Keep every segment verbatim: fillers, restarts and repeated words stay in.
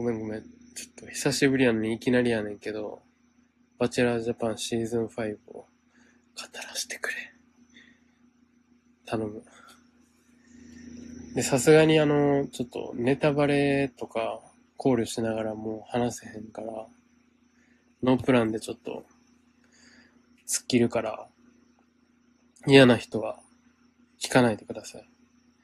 ごめんごめん。ちょっと久しぶりやのにいきなりやねんけど、バチェラージャパンシーズンファイブを語らせてくれ。頼む。で、さすがにあの、ちょっとネタバレとか考慮しながらもう話せへんから、ノープランでちょっと突っ切るから、嫌な人は聞かないでください。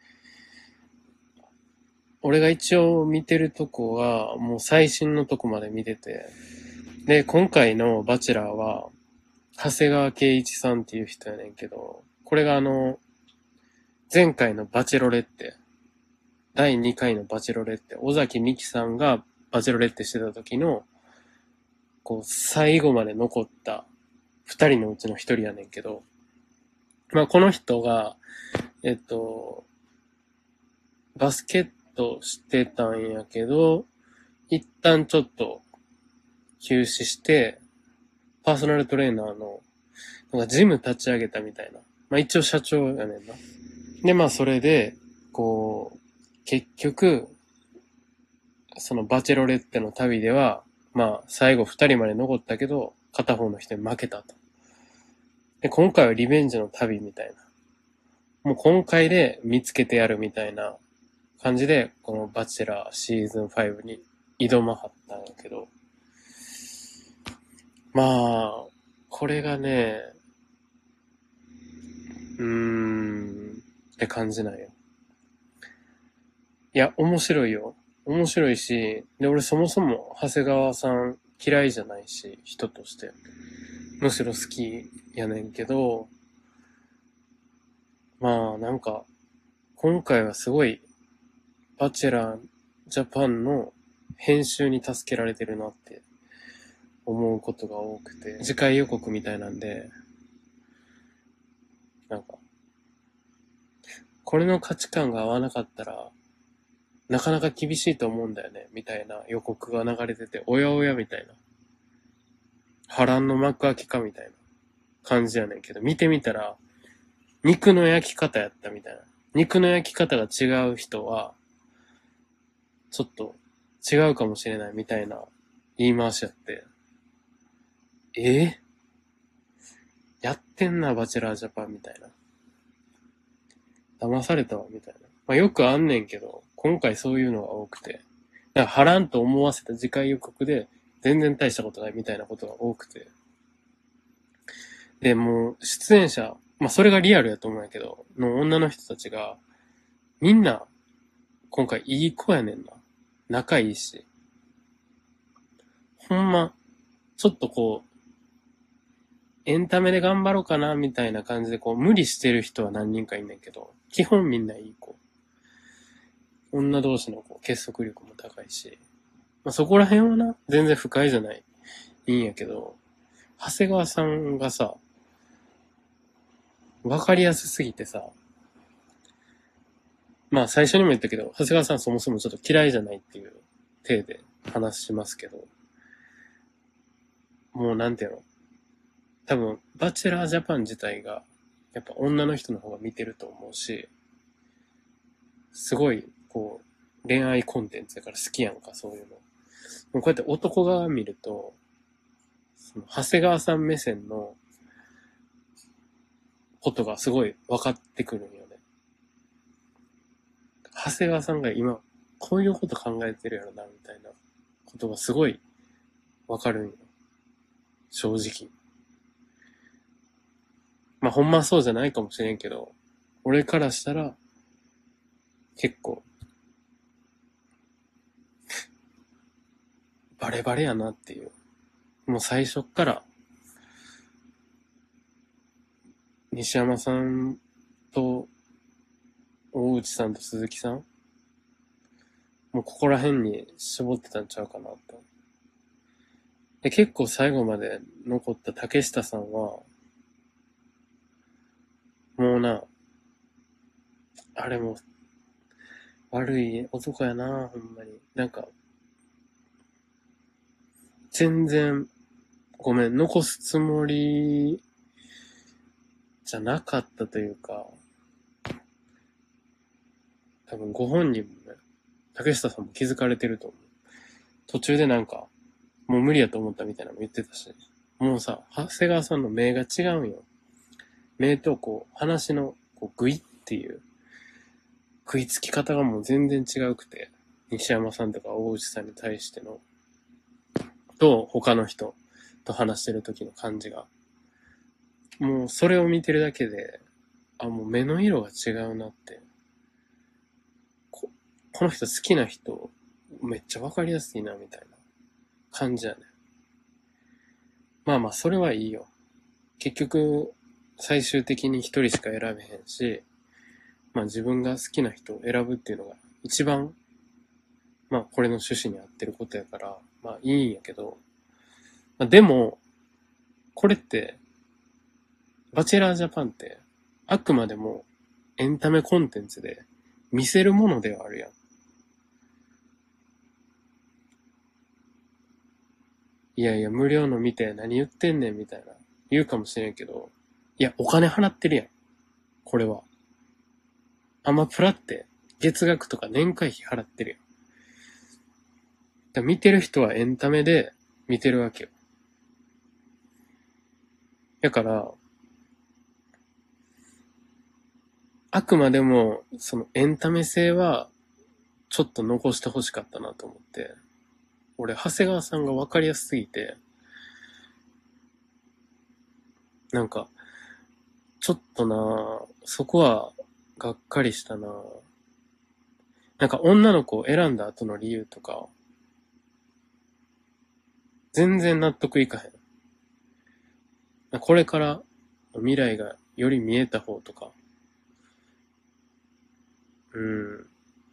俺が一応見てるとこは、もう最新のとこまで見てて、で、今回のバチェラーは、長谷川圭一さんっていう人やねんけど、これがあの、前回のバチェロレッテ、だいにかいのバチェロレッテ、尾崎美紀さんがバチェロレッテしてた時の、こう、最後まで残った二人のうちの一人やねんけど、まあこの人が、えっと、バスケットしてたんやけど、一旦ちょっと休止して、パーソナルトレーナーの、なんかジム立ち上げたみたいな。まあ一応社長やねんな。で、まあそれで、こう、結局、そのバチェロレッテの旅では、まあ最後二人まで残ったけど、片方の人に負けたと。で、今回はリベンジの旅みたいな。もう今回で見つけてやるみたいな感じで、このバチェラーシーズンファイブに挑まはったんやけど、まあ、これがね、うーん、って感じなんよ。いや、面白いよ。面白いし、で、俺そもそも長谷川さん嫌いじゃないし、人として。むしろ好きやねんけど、まあ、なんか、今回はすごい、バチェラージャパンの編集に助けられてるなって思うことが多くて、次回予告みたいなんで、なんか、これの価値観が合わなかったら、なかなか厳しいと思うんだよね、みたいな予告が流れてて、おやおやみたいな。波乱の幕開けかみたいな感じやねんけど、見てみたら、肉の焼き方やったみたいな。肉の焼き方が違う人は、ちょっと違うかもしれないみたいな言い回しやって、えー、やってんな、バチェラージャパンみたいな。騙されたわ、みたいな。まあよくあんねんけど、今回そういうのが多くて、だから波乱と思わせた次回予告で、全然大したことないみたいなことが多くて。で、もう、出演者、まあそれがリアルやと思うんやけど、の女の人たちが、みんな、今回いい子やねんな。仲いいし。ほんま、ちょっとこう、エンタメで頑張ろうかな、みたいな感じで、こう、無理してる人は何人かいんねんけど、基本みんないい子。女同士のこう結束力も高いし、まあ、そこら辺はな、全然不快じゃない。いいんやけど、長谷川さんがさ、わかりやすすぎてさ、まあ最初にも言ったけど、長谷川さんそもそもちょっと嫌いじゃないっていう体で話しますけど、もうなんていうの、多分、バチェラージャパン自体が、やっぱ女の人の方が見てると思うし、すごい、こう、恋愛コンテンツだから好きやんか、そういうの。もうこうやって男側見ると、その長谷川さん目線のことがすごい分かってくるんよね。長谷川さんが今、こういうこと考えてるやろな、みたいなことがすごい分かるんよ。正直。まあ、ほんまそうじゃないかもしれんけど、俺からしたら、結構、バレバレやなっていう。もう最初っから、西山さんと、大内さんと鈴木さんもうここら辺に絞ってたんちゃうかなと。で、結構最後まで残った竹下さんは、もうな、あれも悪い男やな、ほんまに。なんか、全然、ごめん、残すつもりじゃなかったというか、多分ご本人もね、竹下さんも気づかれてると思う。 途中でなんか、もう無理やと思ったみたいなのも言ってたし、もうさ、長谷川さんの目が違うんよ。目とこう、話の、こう、グイっていう、食いつき方がもう全然違うくて、西山さんとか大内さんに対しての、と、他の人と話してる時の感じが。もうそれを見てるだけで、あ、もう目の色が違うなって。こ、この人好きな人、めっちゃわかりやすいな、みたいな感じやね。まあまあ、それはいいよ。結局、最終的に一人しか選べへんし、まあ自分が好きな人を選ぶっていうのが一番、まあこれの趣旨に合ってることやから、まあいいんやけど、まあ、でも、これって、バチェラージャパンって、あくまでもエンタメコンテンツで見せるものではあるやん。いやいや、無料の見て何言ってんねんみたいな言うかもしれんけど、いや、お金払ってるやん。これは。アマプラって月額とか年会費払ってるやん。だ見てる人はエンタメで見てるわけよ。だから、あくまでも、そのエンタメ性は、ちょっと残してほしかったなと思って。俺、長谷川さんがわかりやすすぎて、なんか、ちょっとなそこは、がっかりしたななんか女の子を選んだ後の理由とか、全然納得いかへん。これから未来がより見えた方とか、うん、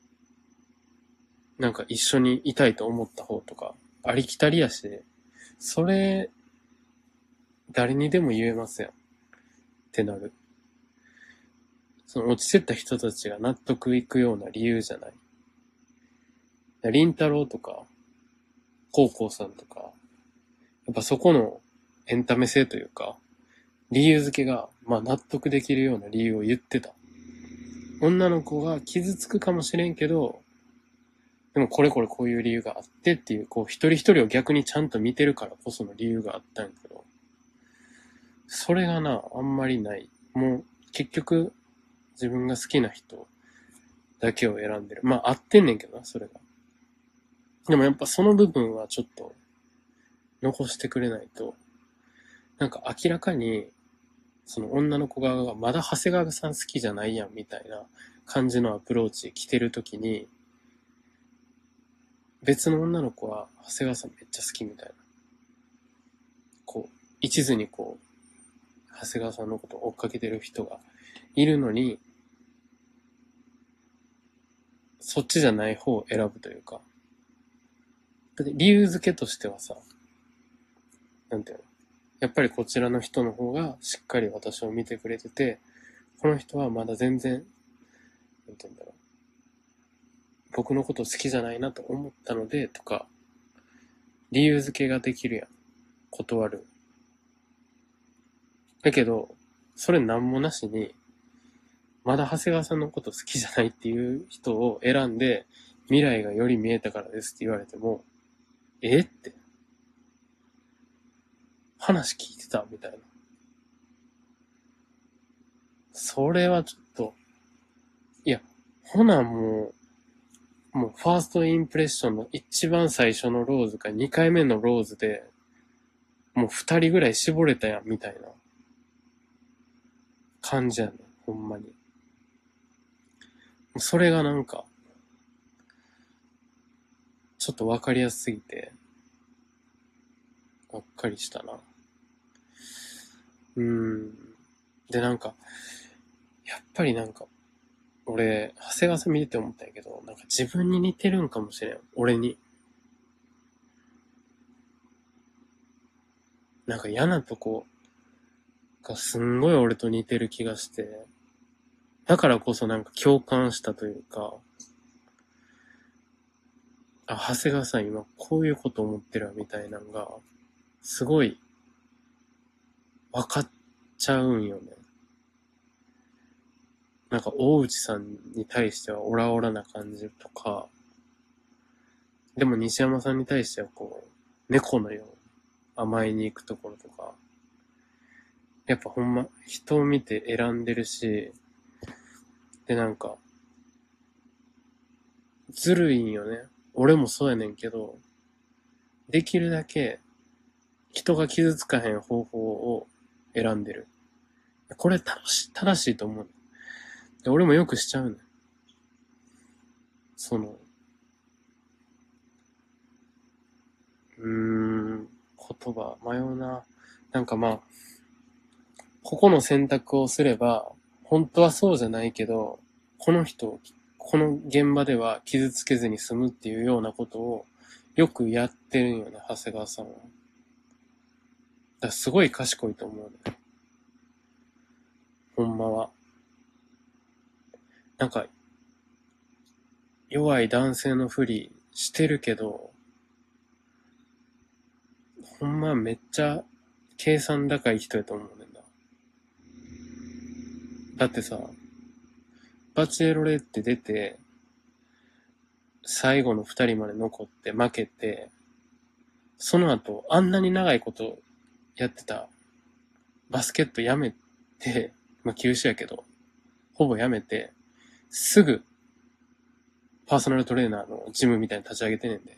なんか一緒にいたいと思った方とか、ありきたりやし、それ、誰にでも言えますやんってなる。その落ちてった人たちが納得いくような理由じゃない。りんたろーとか、こうこうさんとか、やっぱそこのエンタメ性というか、理由付けが、まあ納得できるような理由を言ってた。女の子が傷つくかもしれんけど、でもこれこれこういう理由があってっていう、こう一人一人を逆にちゃんと見てるからこその理由があったんやけど、それがな、あんまりない。もう結局自分が好きな人だけを選んでる。まあ合ってんねんけどな、それが。でもやっぱその部分はちょっと残してくれないと、なんか明らかに、その女の子側がまだ長谷川さん好きじゃないやんみたいな感じのアプローチ来てるときに、別の女の子は長谷川さんめっちゃ好きみたいな。こう、一途にこう、長谷川さんのことを追っかけてる人がいるのに、そっちじゃない方を選ぶというか。だって理由付けとしてはさ、なんていうの、やっぱりこちらの人の方がしっかり私を見てくれてて、この人はまだ全然、なんていうんだろう、僕のこと好きじゃないなと思ったので、とか、理由付けができるやん。断る。だけど、それなんもなしに、まだ長谷川さんのこと好きじゃないっていう人を選んで、未来がより見えたからですって言われても、えって、話聞いてたみたいな。それはちょっと、いや、ほなもう、もうファーストインプレッションの一番最初のローズか二回目のローズで、もう二人ぐらい絞れたやん、みたいな感じやねん、ほんまに。それがなんか、ちょっとわかりやすすぎて、がっかりしたな。うーん。で、なんか、やっぱりなんか、俺、長谷川さん見てて思ったんやけど、なんか自分に似てるんかもしれん。俺に。なんか嫌なとこがすんごい俺と似てる気がして、だからこそなんか共感したというか、あ、長谷川さん今こういうこと思ってるわみたいなのが、すごい分かっちゃうんよね。なんか大内さんに対してはオラオラな感じとか、 でも西山さんに対してはこう、猫のように甘えに行くところとか、やっぱほんま、人を見て選んでるし、でなんか、ずるいんよね。俺もそうやねんけど、できるだけ人が傷つかへん方法を選んでる。これ正し正しいと思う。で俺もよくしちゃうねん。その、うーん、言葉、迷うな。なんかまあ、ここの選択をすれば、本当はそうじゃないけど、この人、この現場では傷つけずに済むっていうようなことをよくやってるんよね、長谷川さんは。だからすごい賢いと思うね。ほんまは。なんか、弱い男性のふりしてるけど、ほんまめっちゃ計算高い人やと思うねんだ。だってさ、バチェロレって出て、最後の二人まで残って負けて、その後、あんなに長いことやってたバスケットやめて、まあ休止やけど、ほぼやめて、すぐパーソナルトレーナーのジムみたいに立ち上げてんねんで。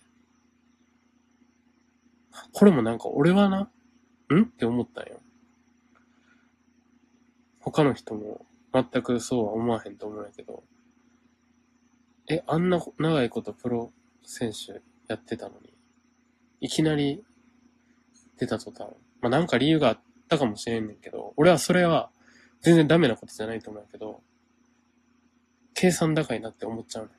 これもなんか俺はな、んって思ったんよ。他の人も全くそうは思わへんと思うんやけど、え、あんな長いことプロ選手やってたのに、いきなり出た途端、まあなんか理由があったかもしれんねんけど、俺はそれは全然ダメなことじゃないと思うんやけど、計算高いなって思っちゃうねん。